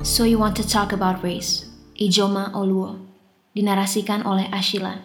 So You Want to Talk About Race, Ijoma Oluo, dinarasikan oleh Ashila.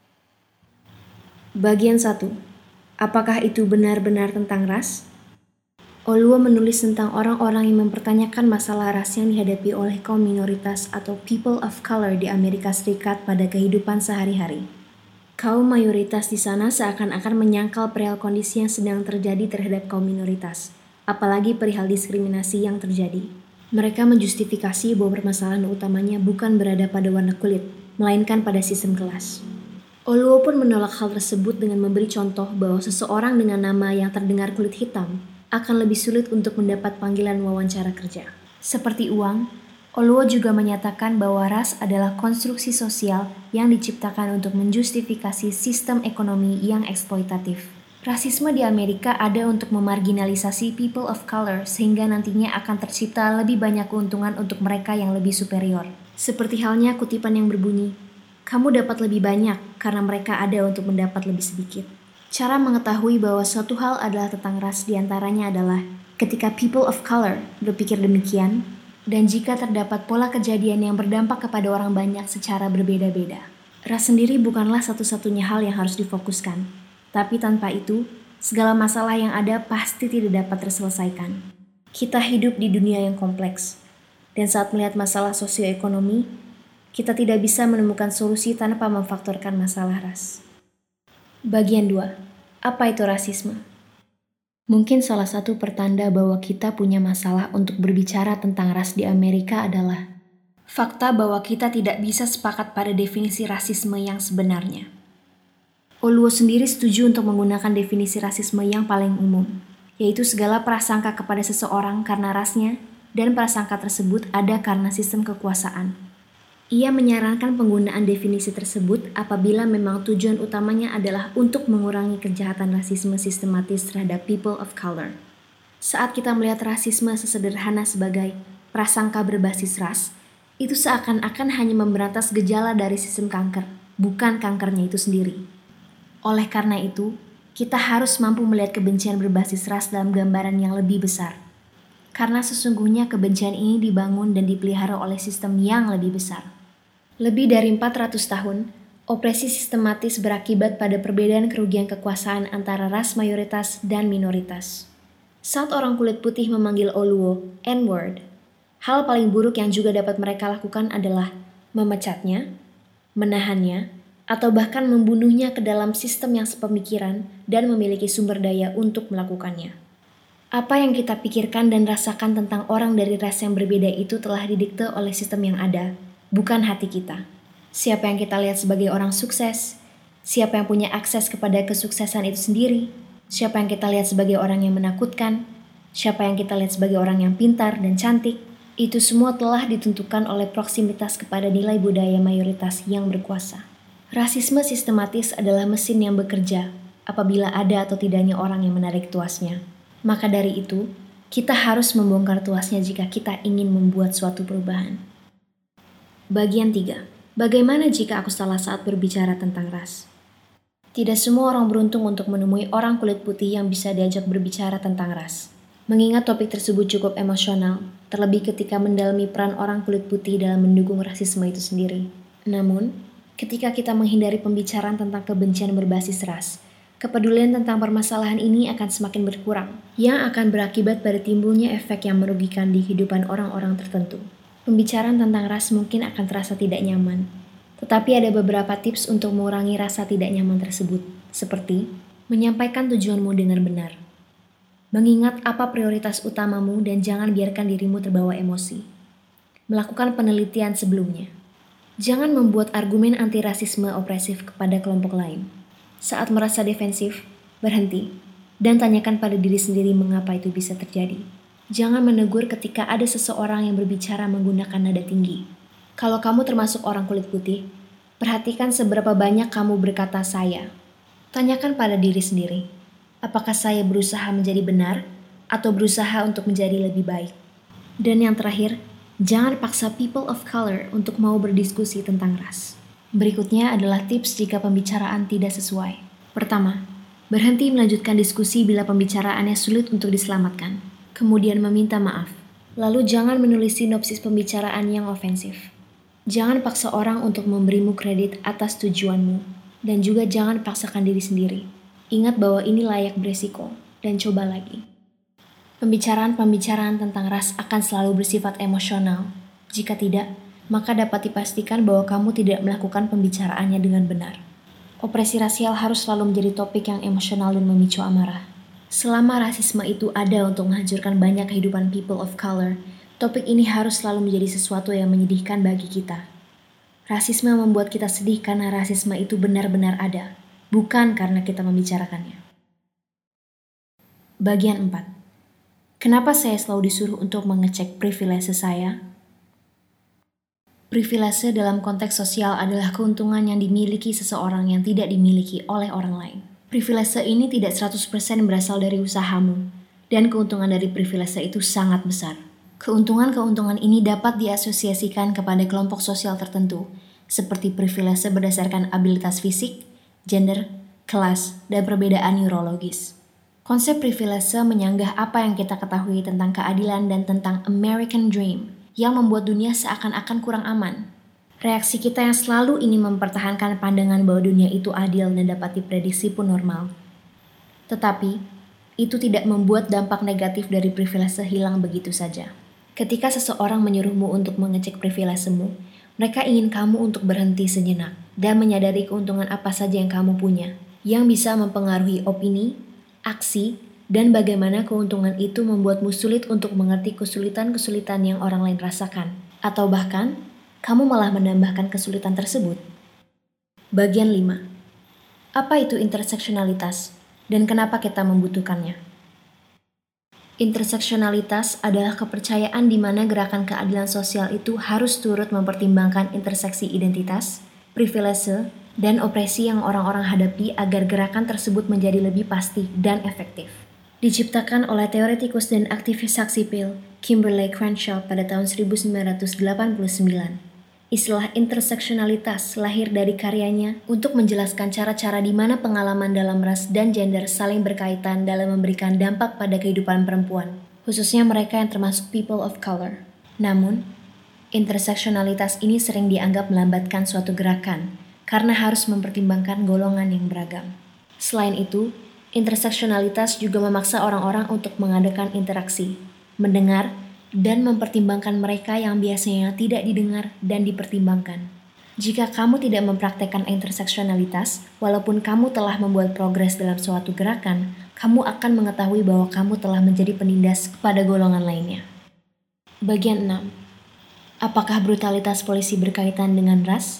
Bagian 1. Apakah itu benar-benar tentang ras? Oluo menulis tentang orang-orang yang mempertanyakan masalah ras yang dihadapi oleh kaum minoritas atau people of color di Amerika Serikat pada kehidupan sehari-hari. Kaum mayoritas di sana seakan-akan menyangkal perihal kondisi yang sedang terjadi terhadap kaum minoritas, apalagi perihal diskriminasi yang terjadi. Mereka menjustifikasi bahwa permasalahan utamanya bukan berada pada warna kulit, melainkan pada sistem kelas. Oluo pun menolak hal tersebut dengan memberi contoh bahwa seseorang dengan nama yang terdengar kulit hitam akan lebih sulit untuk mendapat panggilan wawancara kerja. Seperti uang, Oluo juga menyatakan bahwa ras adalah konstruksi sosial yang diciptakan untuk menjustifikasi sistem ekonomi yang eksploitatif. Rasisme di Amerika ada untuk memarginalisasi people of color sehingga nantinya akan tercipta lebih banyak keuntungan untuk mereka yang lebih superior. Seperti halnya kutipan yang berbunyi, "Kamu dapat lebih banyak karena mereka ada untuk mendapat lebih sedikit." Cara mengetahui bahwa suatu hal adalah tentang ras diantaranya adalah ketika people of color berpikir demikian, dan jika terdapat pola kejadian yang berdampak kepada orang banyak secara berbeda-beda. Ras sendiri bukanlah satu-satunya hal yang harus difokuskan. Tapi tanpa itu, segala masalah yang ada pasti tidak dapat terselesaikan. Kita hidup di dunia yang kompleks, dan saat melihat masalah sosioekonomi, kita tidak bisa menemukan solusi tanpa memfaktorkan masalah ras. Bagian 2. Apa itu rasisme? Mungkin salah satu pertanda bahwa kita punya masalah untuk berbicara tentang ras di Amerika adalah fakta bahwa kita tidak bisa sepakat pada definisi rasisme yang sebenarnya. Oluo sendiri setuju untuk menggunakan definisi rasisme yang paling umum, yaitu segala prasangka kepada seseorang karena rasnya, dan prasangka tersebut ada karena sistem kekuasaan. Ia menyarankan penggunaan definisi tersebut apabila memang tujuan utamanya adalah untuk mengurangi kejahatan rasisme sistematis terhadap people of color. Saat kita melihat rasisme sesederhana sebagai prasangka berbasis ras, itu seakan-akan hanya memberantas gejala dari sistem kanker, bukan kankernya itu sendiri. Oleh karena itu, kita harus mampu melihat kebencian berbasis ras dalam gambaran yang lebih besar. Karena sesungguhnya kebencian ini dibangun dan dipelihara oleh sistem yang lebih besar. Lebih dari 400 tahun, opresi sistematis berakibat pada perbedaan kerugian kekuasaan antara ras mayoritas dan minoritas. Saat orang kulit putih memanggil Oluo N-word, hal paling buruk yang juga dapat mereka lakukan adalah memecatnya, menahannya, atau bahkan membunuhnya ke dalam sistem yang sepemikiran dan memiliki sumber daya untuk melakukannya. Apa yang kita pikirkan dan rasakan tentang orang dari ras yang berbeda itu telah didikte oleh sistem yang ada, bukan hati kita. Siapa yang kita lihat sebagai orang sukses, siapa yang punya akses kepada kesuksesan itu sendiri, siapa yang kita lihat sebagai orang yang menakutkan, siapa yang kita lihat sebagai orang yang pintar dan cantik, itu semua telah ditentukan oleh proksimitas kepada nilai budaya mayoritas yang berkuasa. Rasisme sistematis adalah mesin yang bekerja apabila ada atau tidaknya orang yang menarik tuasnya. Maka dari itu, kita harus membongkar tuasnya jika kita ingin membuat suatu perubahan. Bagian 3. Bagaimana jika aku salah saat berbicara tentang ras? Tidak semua orang beruntung untuk menemui orang kulit putih yang bisa diajak berbicara tentang ras. Mengingat topik tersebut cukup emosional, terlebih ketika mendalami peran orang kulit putih dalam mendukung rasisme itu sendiri. Namun, ketika kita menghindari pembicaraan tentang kebencian berbasis ras, kepedulian tentang permasalahan ini akan semakin berkurang, yang akan berakibat pada timbulnya efek yang merugikan di kehidupan orang-orang tertentu. Pembicaraan tentang ras mungkin akan terasa tidak nyaman, tetapi ada beberapa tips untuk mengurangi rasa tidak nyaman tersebut, seperti menyampaikan tujuanmu dengan benar, mengingat apa prioritas utamamu dan jangan biarkan dirimu terbawa emosi, melakukan penelitian sebelumnya. Jangan membuat argumen anti-rasisme opresif kepada kelompok lain. Saat merasa defensif, berhenti, dan tanyakan pada diri sendiri mengapa itu bisa terjadi. Jangan menegur ketika ada seseorang yang berbicara menggunakan nada tinggi. Kalau kamu termasuk orang kulit putih, perhatikan seberapa banyak kamu berkata saya. Tanyakan pada diri sendiri, apakah saya berusaha menjadi benar atau berusaha untuk menjadi lebih baik? Dan yang terakhir, jangan paksa people of color untuk mau berdiskusi tentang ras. Berikutnya adalah tips jika pembicaraan tidak sesuai. Pertama, berhenti melanjutkan diskusi bila pembicaraannya sulit untuk diselamatkan. Kemudian meminta maaf. Lalu jangan menulis sinopsis pembicaraan yang ofensif. Jangan paksa orang untuk memberimu kredit atas tujuanmu, dan juga jangan paksakan diri sendiri. Ingat bahwa ini layak beresiko, dan coba lagi. Pembicaraan-pembicaraan tentang ras akan selalu bersifat emosional. Jika tidak, maka dapat dipastikan bahwa kamu tidak melakukan pembicaraannya dengan benar. Opresi rasial harus selalu menjadi topik yang emosional dan memicu amarah. Selama rasisme itu ada untuk menghancurkan banyak kehidupan people of color, topik ini harus selalu menjadi sesuatu yang menyedihkan bagi kita. Rasisme membuat kita sedih karena rasisme itu benar-benar ada, bukan karena kita membicarakannya. Bagian 4. Kenapa saya selalu disuruh untuk mengecek privilege saya? Privilege dalam konteks sosial adalah keuntungan yang dimiliki seseorang yang tidak dimiliki oleh orang lain. Privilege ini tidak 100% berasal dari usahamu, dan keuntungan dari privilege itu sangat besar. Keuntungan-keuntungan ini dapat diasosiasikan kepada kelompok sosial tertentu, seperti privilege berdasarkan abilitas fisik, gender, kelas, dan perbedaan neurologis. Konsep privilege menyanggah apa yang kita ketahui tentang keadilan dan tentang American Dream, yang membuat dunia seakan-akan kurang aman. Reaksi kita yang selalu ingin mempertahankan pandangan bahwa dunia itu adil dan dapat diprediksi pun normal. Tetapi, itu tidak membuat dampak negatif dari privilege hilang begitu saja. Ketika seseorang menyuruhmu untuk mengecek privilege-mu, mereka ingin kamu untuk berhenti sejenak dan menyadari keuntungan apa saja yang kamu punya, yang bisa mempengaruhi opini, aksi, dan bagaimana keuntungan itu membuatmu sulit untuk mengerti kesulitan-kesulitan yang orang lain rasakan, atau bahkan kamu malah menambahkan kesulitan tersebut. Bagian 5. Apa itu interseksionalitas dan kenapa kita membutuhkannya? Interseksionalitas adalah kepercayaan di mana gerakan keadilan sosial itu harus turut mempertimbangkan interseksi identitas, privilege, dan opresi yang orang-orang hadapi agar gerakan tersebut menjadi lebih pasti dan efektif. Diciptakan oleh teoretikus dan aktivis hak sipil Kimberlé Crenshaw pada tahun 1989. Istilah interseksionalitas lahir dari karyanya untuk menjelaskan cara-cara di mana pengalaman dalam ras dan gender saling berkaitan dalam memberikan dampak pada kehidupan perempuan, khususnya mereka yang termasuk people of color. Namun, interseksionalitas ini sering dianggap melambatkan suatu gerakan karena harus mempertimbangkan golongan yang beragam. Selain itu, interseksionalitas juga memaksa orang-orang untuk mengadakan interaksi, mendengar, dan mempertimbangkan mereka yang biasanya tidak didengar dan dipertimbangkan. Jika kamu tidak mempraktekkan interseksionalitas, walaupun kamu telah membuat progres dalam suatu gerakan, kamu akan mengetahui bahwa kamu telah menjadi penindas kepada golongan lainnya. Bagian 6. Apakah brutalitas polisi berkaitan dengan ras?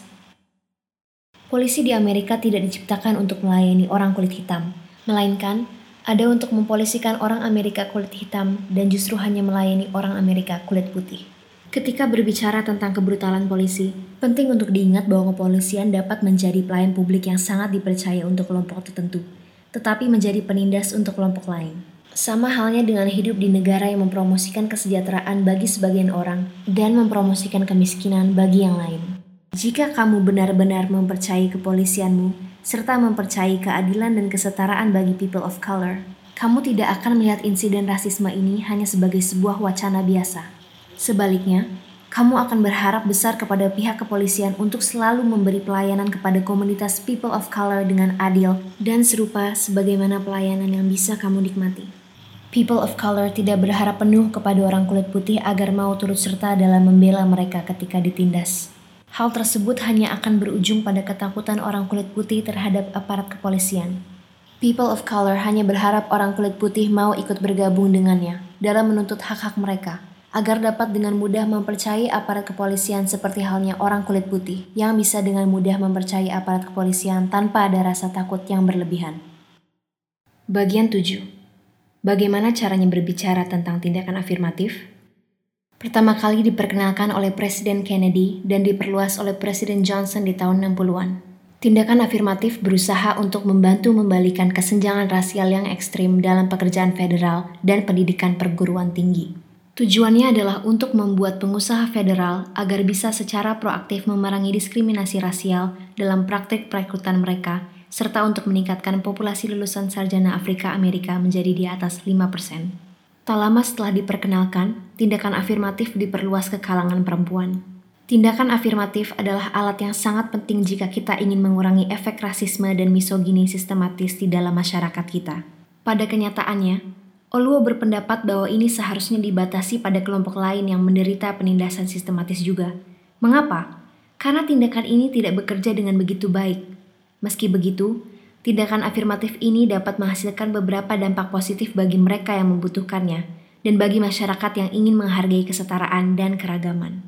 Polisi di Amerika tidak diciptakan untuk melayani orang kulit hitam, melainkan ada untuk mempolisikan orang Amerika kulit hitam dan justru hanya melayani orang Amerika kulit putih. Ketika berbicara tentang kebrutalan polisi, penting untuk diingat bahwa kepolisian dapat menjadi pelayan publik yang sangat dipercaya untuk kelompok tertentu, tetapi menjadi penindas untuk kelompok lain. Sama halnya dengan hidup di negara yang mempromosikan kesejahteraan bagi sebagian orang dan mempromosikan kemiskinan bagi yang lain. Jika kamu benar-benar mempercayai kepolisianmu, serta mempercayai keadilan dan kesetaraan bagi people of color, kamu tidak akan melihat insiden rasisme ini hanya sebagai sebuah wacana biasa. Sebaliknya, kamu akan berharap besar kepada pihak kepolisian untuk selalu memberi pelayanan kepada komunitas people of color dengan adil dan serupa sebagaimana pelayanan yang bisa kamu nikmati. People of color tidak berharap penuh kepada orang kulit putih agar mau turut serta dalam membela mereka ketika ditindas. Hal tersebut hanya akan berujung pada ketakutan orang kulit putih terhadap aparat kepolisian. People of color hanya berharap orang kulit putih mau ikut bergabung dengannya dalam menuntut hak-hak mereka, agar dapat dengan mudah mempercayai aparat kepolisian seperti halnya orang kulit putih yang bisa dengan mudah mempercayai aparat kepolisian tanpa ada rasa takut yang berlebihan. Bagian 7. Bagaimana caranya berbicara tentang tindakan afirmatif? Pertama kali diperkenalkan oleh Presiden Kennedy dan diperluas oleh Presiden Johnson di tahun 60-an. Tindakan afirmatif berusaha untuk membantu membalikan kesenjangan rasial yang ekstrim dalam pekerjaan federal dan pendidikan perguruan tinggi. Tujuannya adalah untuk membuat pengusaha federal agar bisa secara proaktif memerangi diskriminasi rasial dalam praktik perekrutan mereka, serta untuk meningkatkan populasi lulusan sarjana Afrika Amerika menjadi di atas 5%. Tak lama setelah diperkenalkan, tindakan afirmatif diperluas ke kalangan perempuan. Tindakan afirmatif adalah alat yang sangat penting jika kita ingin mengurangi efek rasisme dan misogini sistematis di dalam masyarakat kita. Pada kenyataannya, Oluo berpendapat bahwa ini seharusnya dibatasi pada kelompok lain yang menderita penindasan sistematis juga. Mengapa? Karena tindakan ini tidak bekerja dengan begitu baik. Meski begitu, tindakan afirmatif ini dapat menghasilkan beberapa dampak positif bagi mereka yang membutuhkannya dan bagi masyarakat yang ingin menghargai kesetaraan dan keragaman.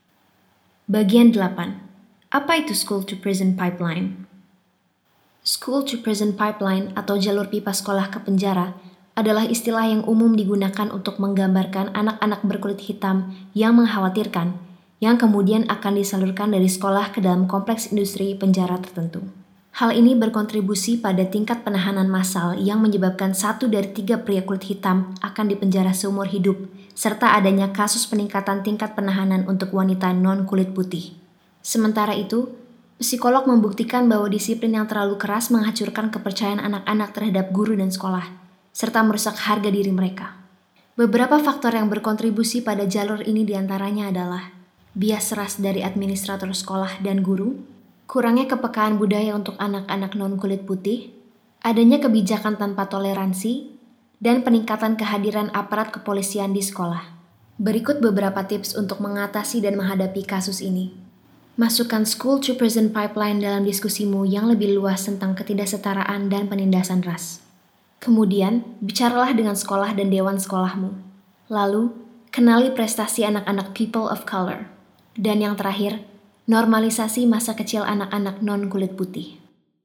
Bagian 8. Apa itu School to Prison Pipeline? School to Prison Pipeline atau jalur pipa sekolah ke penjara adalah istilah yang umum digunakan untuk menggambarkan anak-anak berkulit hitam yang mengkhawatirkan, yang kemudian akan disalurkan dari sekolah ke dalam kompleks industri penjara tertentu. Hal ini berkontribusi pada tingkat penahanan massal yang menyebabkan 1 dari 3 pria kulit hitam akan dipenjara seumur hidup, serta adanya kasus peningkatan tingkat penahanan untuk wanita non-kulit putih. Sementara itu, psikolog membuktikan bahwa disiplin yang terlalu keras menghancurkan kepercayaan anak-anak terhadap guru dan sekolah, serta merusak harga diri mereka. Beberapa faktor yang berkontribusi pada jalur ini diantaranya adalah bias ras dari administrator sekolah dan guru, kurangnya kepekaan budaya untuk anak-anak non-kulit putih, adanya kebijakan tanpa toleransi, dan peningkatan kehadiran aparat kepolisian di sekolah. Berikut beberapa tips untuk mengatasi dan menghadapi kasus ini. Masukkan School to Prison Pipeline dalam diskusimu yang lebih luas tentang ketidaksetaraan dan penindasan ras. Kemudian, bicaralah dengan sekolah dan dewan sekolahmu. Lalu, kenali prestasi anak-anak people of color. Dan yang terakhir, normalisasi masa kecil anak-anak non-kulit putih.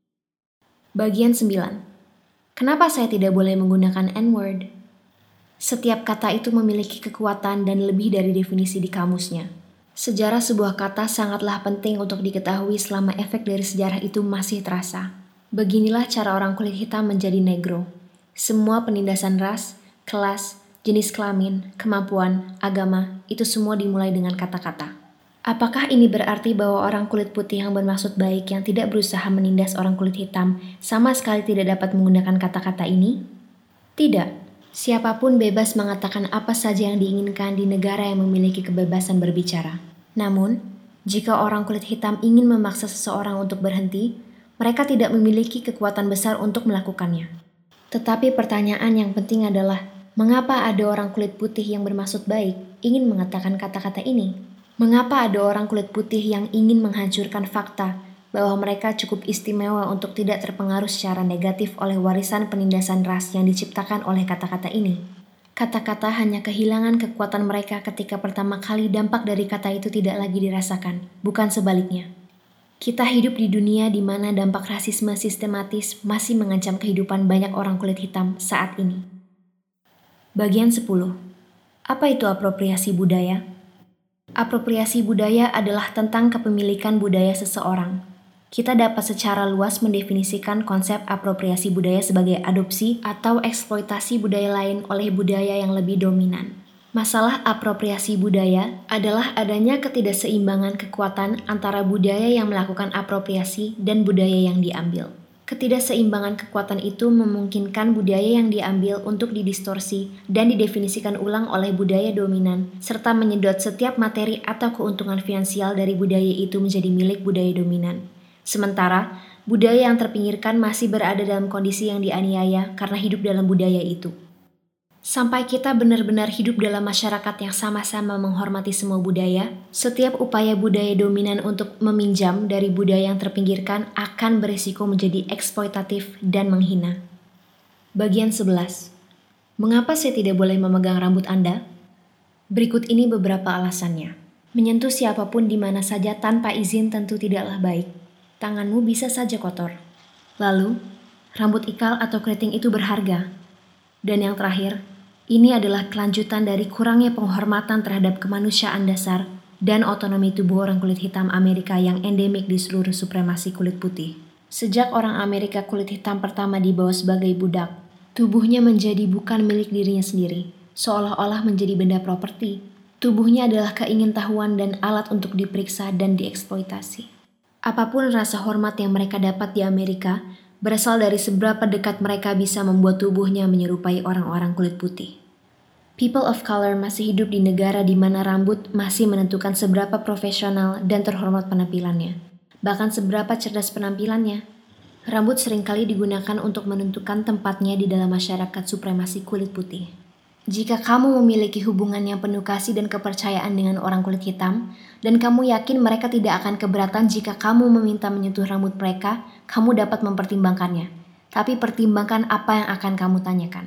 Bagian 9. Kenapa saya tidak boleh menggunakan N-word? Setiap kata itu memiliki kekuatan dan lebih dari definisi di kamusnya. Sejarah sebuah kata sangatlah penting untuk diketahui selama efek dari sejarah itu masih terasa. Beginilah cara orang kulit hitam menjadi negro. Semua penindasan ras, kelas, jenis kelamin, kemampuan, agama, itu semua dimulai dengan kata-kata. Apakah ini berarti bahwa orang kulit putih yang bermaksud baik yang tidak berusaha menindas orang kulit hitam sama sekali tidak dapat menggunakan kata-kata ini? Tidak. Siapapun bebas mengatakan apa saja yang diinginkan di negara yang memiliki kebebasan berbicara. Namun, jika orang kulit hitam ingin memaksa seseorang untuk berhenti, mereka tidak memiliki kekuatan besar untuk melakukannya. Tetapi pertanyaan yang penting adalah, mengapa ada orang kulit putih yang bermaksud baik ingin mengatakan kata-kata ini? Mengapa ada orang kulit putih yang ingin menghancurkan fakta bahwa mereka cukup istimewa untuk tidak terpengaruh secara negatif oleh warisan penindasan ras yang diciptakan oleh kata-kata ini? Kata-kata hanya kehilangan kekuatan mereka ketika pertama kali dampak dari kata itu tidak lagi dirasakan, bukan sebaliknya. Kita hidup di dunia di mana dampak rasisme sistematis masih mengancam kehidupan banyak orang kulit hitam saat ini. Bagian 10. Apa itu apropriasi budaya? Apropriasi budaya adalah tentang kepemilikan budaya seseorang. Kita dapat secara luas mendefinisikan konsep apropriasi budaya sebagai adopsi atau eksploitasi budaya lain oleh budaya yang lebih dominan. Masalah apropriasi budaya adalah adanya ketidakseimbangan kekuatan antara budaya yang melakukan apropriasi dan budaya yang diambil. Ketidakseimbangan kekuatan itu memungkinkan budaya yang diambil untuk didistorsi dan didefinisikan ulang oleh budaya dominan, serta menyedot setiap materi atau keuntungan finansial dari budaya itu menjadi milik budaya dominan. Sementara, budaya yang terpinggirkan masih berada dalam kondisi yang dianiaya karena hidup dalam budaya itu. Sampai kita benar-benar hidup dalam masyarakat yang sama-sama menghormati semua budaya, setiap upaya budaya dominan untuk meminjam dari budaya yang terpinggirkan akan berisiko menjadi eksploitatif dan menghina. Bagian 11. Mengapa saya tidak boleh memegang rambut Anda? Berikut ini beberapa alasannya. Menyentuh siapapun di mana saja tanpa izin tentu tidaklah baik. Tanganmu bisa saja kotor. Lalu, rambut ikal atau keriting itu berharga. Dan yang terakhir, ini adalah kelanjutan dari kurangnya penghormatan terhadap kemanusiaan dasar dan otonomi tubuh orang kulit hitam Amerika yang endemik di seluruh supremasi kulit putih. Sejak orang Amerika kulit hitam pertama dibawa sebagai budak, tubuhnya menjadi bukan milik dirinya sendiri, seolah-olah menjadi benda properti. Tubuhnya adalah keingintahuan dan alat untuk diperiksa dan dieksploitasi. Apapun rasa hormat yang mereka dapat di Amerika, berasal dari seberapa dekat mereka bisa membuat tubuhnya menyerupai orang-orang kulit putih. People of color masih hidup di negara di mana rambut masih menentukan seberapa profesional dan terhormat penampilannya, bahkan seberapa cerdas penampilannya. Rambut seringkali digunakan untuk menentukan tempatnya di dalam masyarakat supremasi kulit putih. Jika kamu memiliki hubungan yang penuh kasih dan kepercayaan dengan orang kulit hitam, dan kamu yakin mereka tidak akan keberatan jika kamu meminta menyentuh rambut mereka, kamu dapat mempertimbangkannya. Tapi pertimbangkan apa yang akan kamu tanyakan.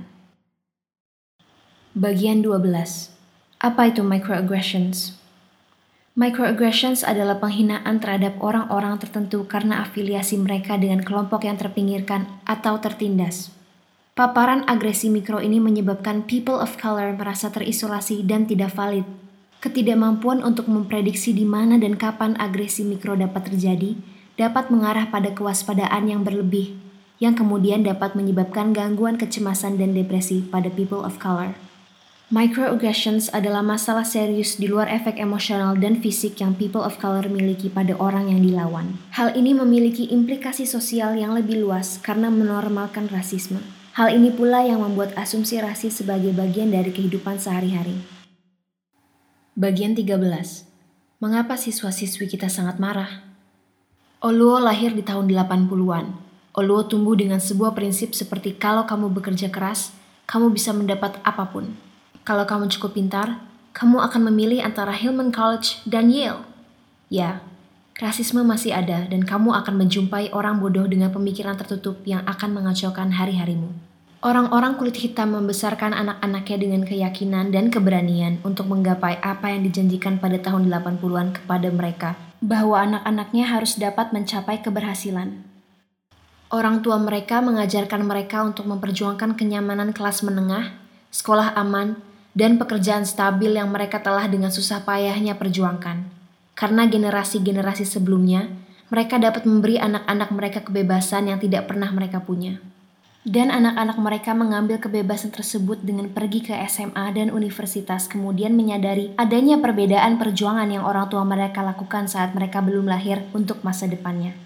Bagian 12. Apa itu microaggressions? Microaggressions adalah penghinaan terhadap orang-orang tertentu karena afiliasi mereka dengan kelompok yang terpinggirkan atau tertindas. Paparan agresi mikro ini menyebabkan people of color merasa terisolasi dan tidak valid. Ketidakmampuan untuk memprediksi di mana dan kapan agresi mikro dapat terjadi dapat mengarah pada kewaspadaan yang berlebih, yang kemudian dapat menyebabkan gangguan kecemasan dan depresi pada people of color. Microaggressions adalah masalah serius di luar efek emosional dan fisik yang people of color miliki pada orang yang dilawan. Hal ini memiliki implikasi sosial yang lebih luas karena menormalkan rasisme. Hal ini pula yang membuat asumsi rasis sebagai bagian dari kehidupan sehari-hari. Bagian 13. Mengapa siswa-siswi kita sangat marah? Oluo lahir di tahun 80-an. Oluo tumbuh dengan sebuah prinsip seperti kalau kamu bekerja keras, kamu bisa mendapat apapun. Kalau kamu cukup pintar, kamu akan memilih antara Hillman College dan Yale. Ya, rasisme masih ada dan kamu akan menjumpai orang bodoh dengan pemikiran tertutup yang akan mengacaukan hari-harimu. Orang-orang kulit hitam membesarkan anak-anaknya dengan keyakinan dan keberanian untuk menggapai apa yang dijanjikan pada tahun 80-an kepada mereka, bahwa anak-anaknya harus dapat mencapai keberhasilan. Orang tua mereka mengajarkan mereka untuk memperjuangkan kenyamanan kelas menengah, sekolah aman, dan pekerjaan stabil yang mereka telah dengan susah payahnya perjuangkan. Karena generasi-generasi sebelumnya, mereka dapat memberi anak-anak mereka kebebasan yang tidak pernah mereka punya. Dan anak-anak mereka mengambil kebebasan tersebut dengan pergi ke SMA dan universitas, kemudian menyadari adanya perbedaan perjuangan yang orang tua mereka lakukan saat mereka belum lahir untuk masa depannya.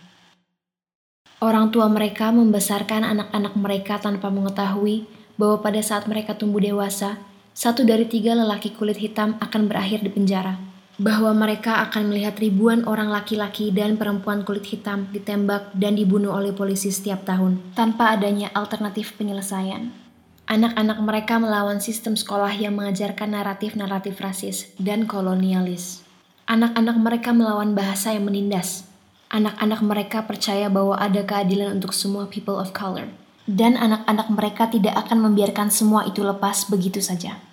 Orang tua mereka membesarkan anak-anak mereka tanpa mengetahui bahwa pada saat mereka tumbuh dewasa, 1 dari 3 lelaki kulit hitam akan berakhir di penjara. Bahwa mereka akan melihat ribuan orang laki-laki dan perempuan kulit hitam ditembak dan dibunuh oleh polisi setiap tahun, tanpa adanya alternatif penyelesaian. Anak-anak mereka melawan sistem sekolah yang mengajarkan naratif-naratif rasis dan kolonialis. Anak-anak mereka melawan bahasa yang menindas. Anak-anak mereka percaya bahwa ada keadilan untuk semua people of color. Dan anak-anak mereka tidak akan membiarkan semua itu lepas begitu saja.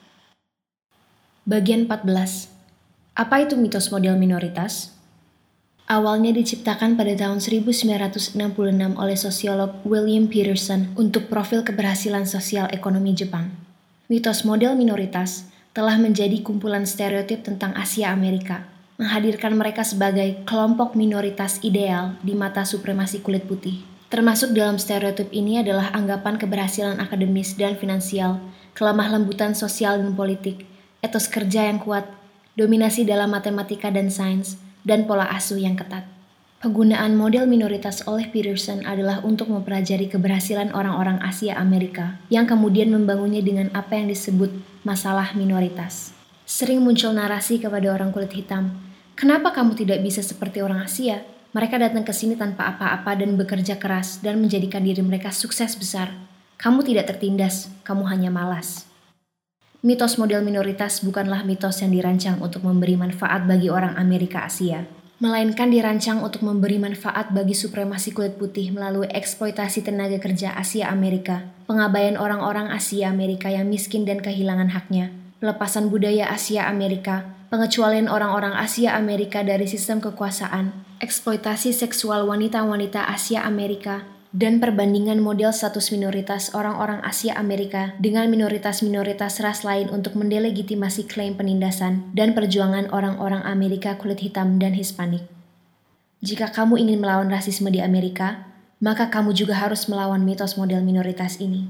Bagian 14. Apa itu mitos model minoritas? Awalnya diciptakan pada tahun 1966 oleh sosiolog William Peterson untuk profil keberhasilan sosial ekonomi Jepang. Mitos model minoritas telah menjadi kumpulan stereotip tentang Asia Amerika, menghadirkan mereka sebagai kelompok minoritas ideal di mata supremasi kulit putih. Termasuk dalam stereotip ini adalah anggapan keberhasilan akademis dan finansial, kelemah lembutan sosial dan politik, etos kerja yang kuat, dominasi dalam matematika dan sains, dan pola asuh yang ketat. Penggunaan model minoritas oleh Peterson adalah untuk mempelajari keberhasilan orang-orang Asia Amerika, yang kemudian membangunnya dengan apa yang disebut masalah minoritas. Sering muncul narasi kepada orang kulit hitam, kenapa kamu tidak bisa seperti orang Asia? Mereka datang ke sini tanpa apa-apa dan bekerja keras dan menjadikan diri mereka sukses besar. Kamu tidak tertindas, kamu hanya malas. Mitos model minoritas bukanlah mitos yang dirancang untuk memberi manfaat bagi orang Amerika Asia, melainkan dirancang untuk memberi manfaat bagi supremasi kulit putih melalui eksploitasi tenaga kerja Asia Amerika, pengabaian orang-orang Asia Amerika yang miskin dan kehilangan haknya, pelepasan budaya Asia Amerika, pengecualian orang-orang Asia Amerika dari sistem kekuasaan, eksploitasi seksual wanita-wanita Asia Amerika, dan perbandingan model status minoritas orang-orang Asia Amerika dengan minoritas-minoritas ras lain untuk mendelegitimasi klaim penindasan dan perjuangan orang-orang Amerika kulit hitam dan Hispanik. Jika kamu ingin melawan rasisme di Amerika, maka kamu juga harus melawan mitos model minoritas ini.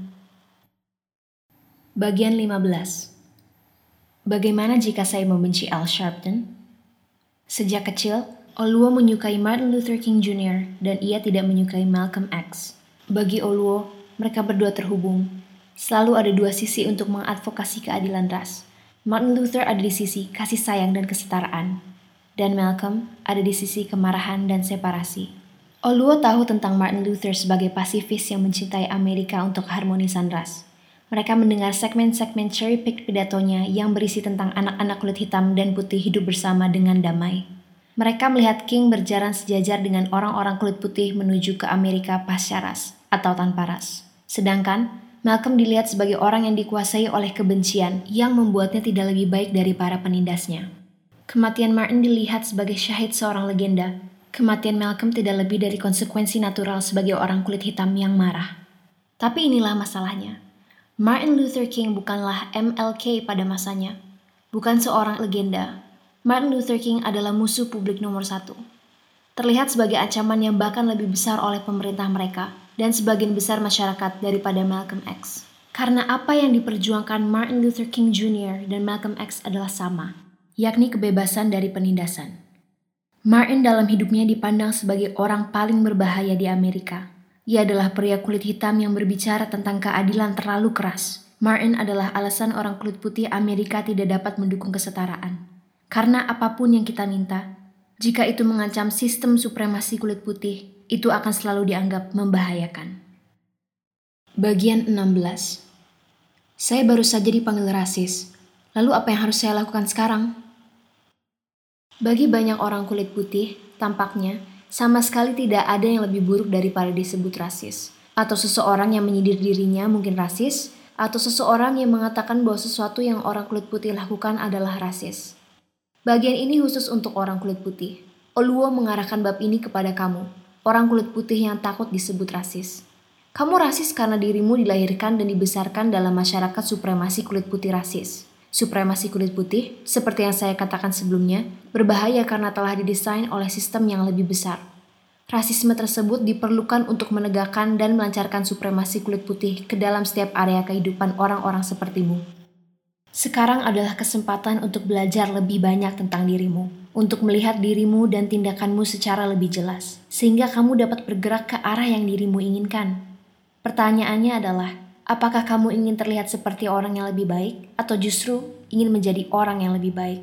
Bagian 15. Bagaimana jika saya membenci Al Sharpton? Sejak kecil, Oluo menyukai Martin Luther King Jr. dan ia tidak menyukai Malcolm X. Bagi Oluo, mereka berdua terhubung. Selalu ada dua sisi untuk mengadvokasi keadilan ras. Martin Luther ada di sisi kasih sayang dan kesetaraan, dan Malcolm ada di sisi kemarahan dan separasi. Oluo tahu tentang Martin Luther sebagai pasifis yang mencintai Amerika untuk keharmonisan ras. Mereka mendengar segmen-segmen cherry-pick pidatonya yang berisi tentang anak-anak kulit hitam dan putih hidup bersama dengan damai. Mereka melihat King berjalan sejajar dengan orang-orang kulit putih menuju ke Amerika pasca ras atau tanpa ras. Sedangkan Malcolm dilihat sebagai orang yang dikuasai oleh kebencian yang membuatnya tidak lebih baik dari para penindasnya. Kematian Martin dilihat sebagai syahid seorang legenda. Kematian Malcolm tidak lebih dari konsekuensi natural sebagai orang kulit hitam yang marah. Tapi inilah masalahnya. Martin Luther King bukanlah MLK pada masanya. Bukan seorang legenda. Martin Luther King adalah musuh publik nomor 1. Terlihat sebagai ancaman yang bahkan lebih besar oleh pemerintah mereka dan sebagian besar masyarakat daripada Malcolm X. Karena apa yang diperjuangkan Martin Luther King Jr. dan Malcolm X adalah sama, yakni kebebasan dari penindasan. Martin dalam hidupnya dipandang sebagai orang paling berbahaya di Amerika. Ia adalah pria kulit hitam yang berbicara tentang keadilan terlalu keras. Martin adalah alasan orang kulit putih Amerika tidak dapat mendukung kesetaraan. Karena apapun yang kita minta, jika itu mengancam sistem supremasi kulit putih, itu akan selalu dianggap membahayakan. Bagian 16. Saya baru saja dipanggil rasis. Lalu apa yang harus saya lakukan sekarang? Bagi banyak orang kulit putih, tampaknya sama sekali tidak ada yang lebih buruk daripada disebut rasis. Atau seseorang yang menyindir dirinya mungkin rasis, atau seseorang yang mengatakan bahwa sesuatu yang orang kulit putih lakukan adalah rasis. Bagian ini khusus untuk orang kulit putih. Oluo mengarahkan bab ini kepada kamu, orang kulit putih yang takut disebut rasis. Kamu rasis karena dirimu dilahirkan dan dibesarkan dalam masyarakat supremasi kulit putih rasis. Supremasi kulit putih, seperti yang saya katakan sebelumnya, berbahaya karena telah didesain oleh sistem yang lebih besar. Rasisme tersebut diperlukan untuk menegakkan dan melancarkan supremasi kulit putih ke dalam setiap area kehidupan orang-orang sepertimu. Sekarang adalah kesempatan untuk belajar lebih banyak tentang dirimu, untuk melihat dirimu dan tindakanmu secara lebih jelas, sehingga kamu dapat bergerak ke arah yang dirimu inginkan. Pertanyaannya adalah, apakah kamu ingin terlihat seperti orang yang lebih baik, atau justru ingin menjadi orang yang lebih baik?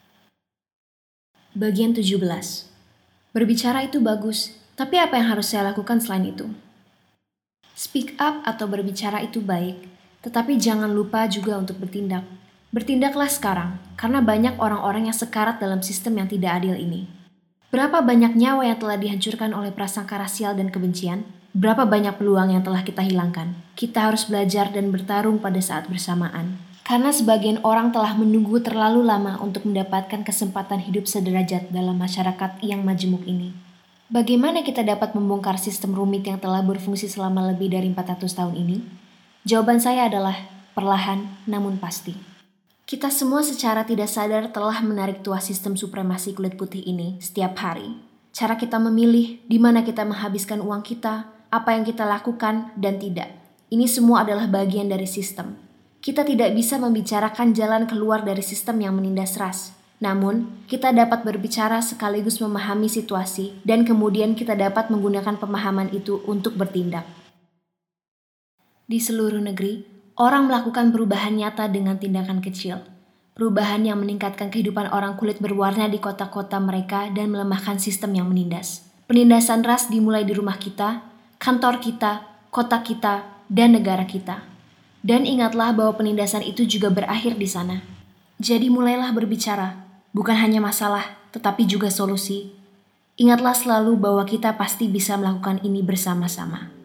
Bagian 17. Berbicara itu bagus, tapi apa yang harus saya lakukan selain itu? Speak up atau berbicara itu baik, tetapi jangan lupa juga untuk bertindak. Bertindaklah sekarang, karena banyak orang-orang yang sekarat dalam sistem yang tidak adil ini. Berapa banyak nyawa yang telah dihancurkan oleh prasangka rasial dan kebencian? Berapa banyak peluang yang telah kita hilangkan? Kita harus belajar dan bertarung pada saat bersamaan. Karena sebagian orang telah menunggu terlalu lama untuk mendapatkan kesempatan hidup sederajat dalam masyarakat yang majemuk ini. Bagaimana kita dapat membongkar sistem rumit yang telah berfungsi selama lebih dari 400 tahun ini? Jawaban saya adalah perlahan namun pasti. Kita semua secara tidak sadar telah menarik tuas sistem supremasi kulit putih ini setiap hari. Cara kita memilih, di mana kita menghabiskan uang kita, apa yang kita lakukan dan tidak. Ini semua adalah bagian dari sistem. Kita tidak bisa membicarakan jalan keluar dari sistem yang menindas ras. Namun, kita dapat berbicara sekaligus memahami situasi dan kemudian kita dapat menggunakan pemahaman itu untuk bertindak. Di seluruh negeri, orang melakukan perubahan nyata dengan tindakan kecil. Perubahan yang meningkatkan kehidupan orang kulit berwarna di kota-kota mereka dan melemahkan sistem yang menindas. Penindasan ras dimulai di rumah kita, kantor kita, kota kita, dan negara kita. Dan ingatlah bahwa penindasan itu juga berakhir di sana. Jadi mulailah berbicara, bukan hanya masalah, tetapi juga solusi. Ingatlah selalu bahwa kita pasti bisa melakukan ini bersama-sama.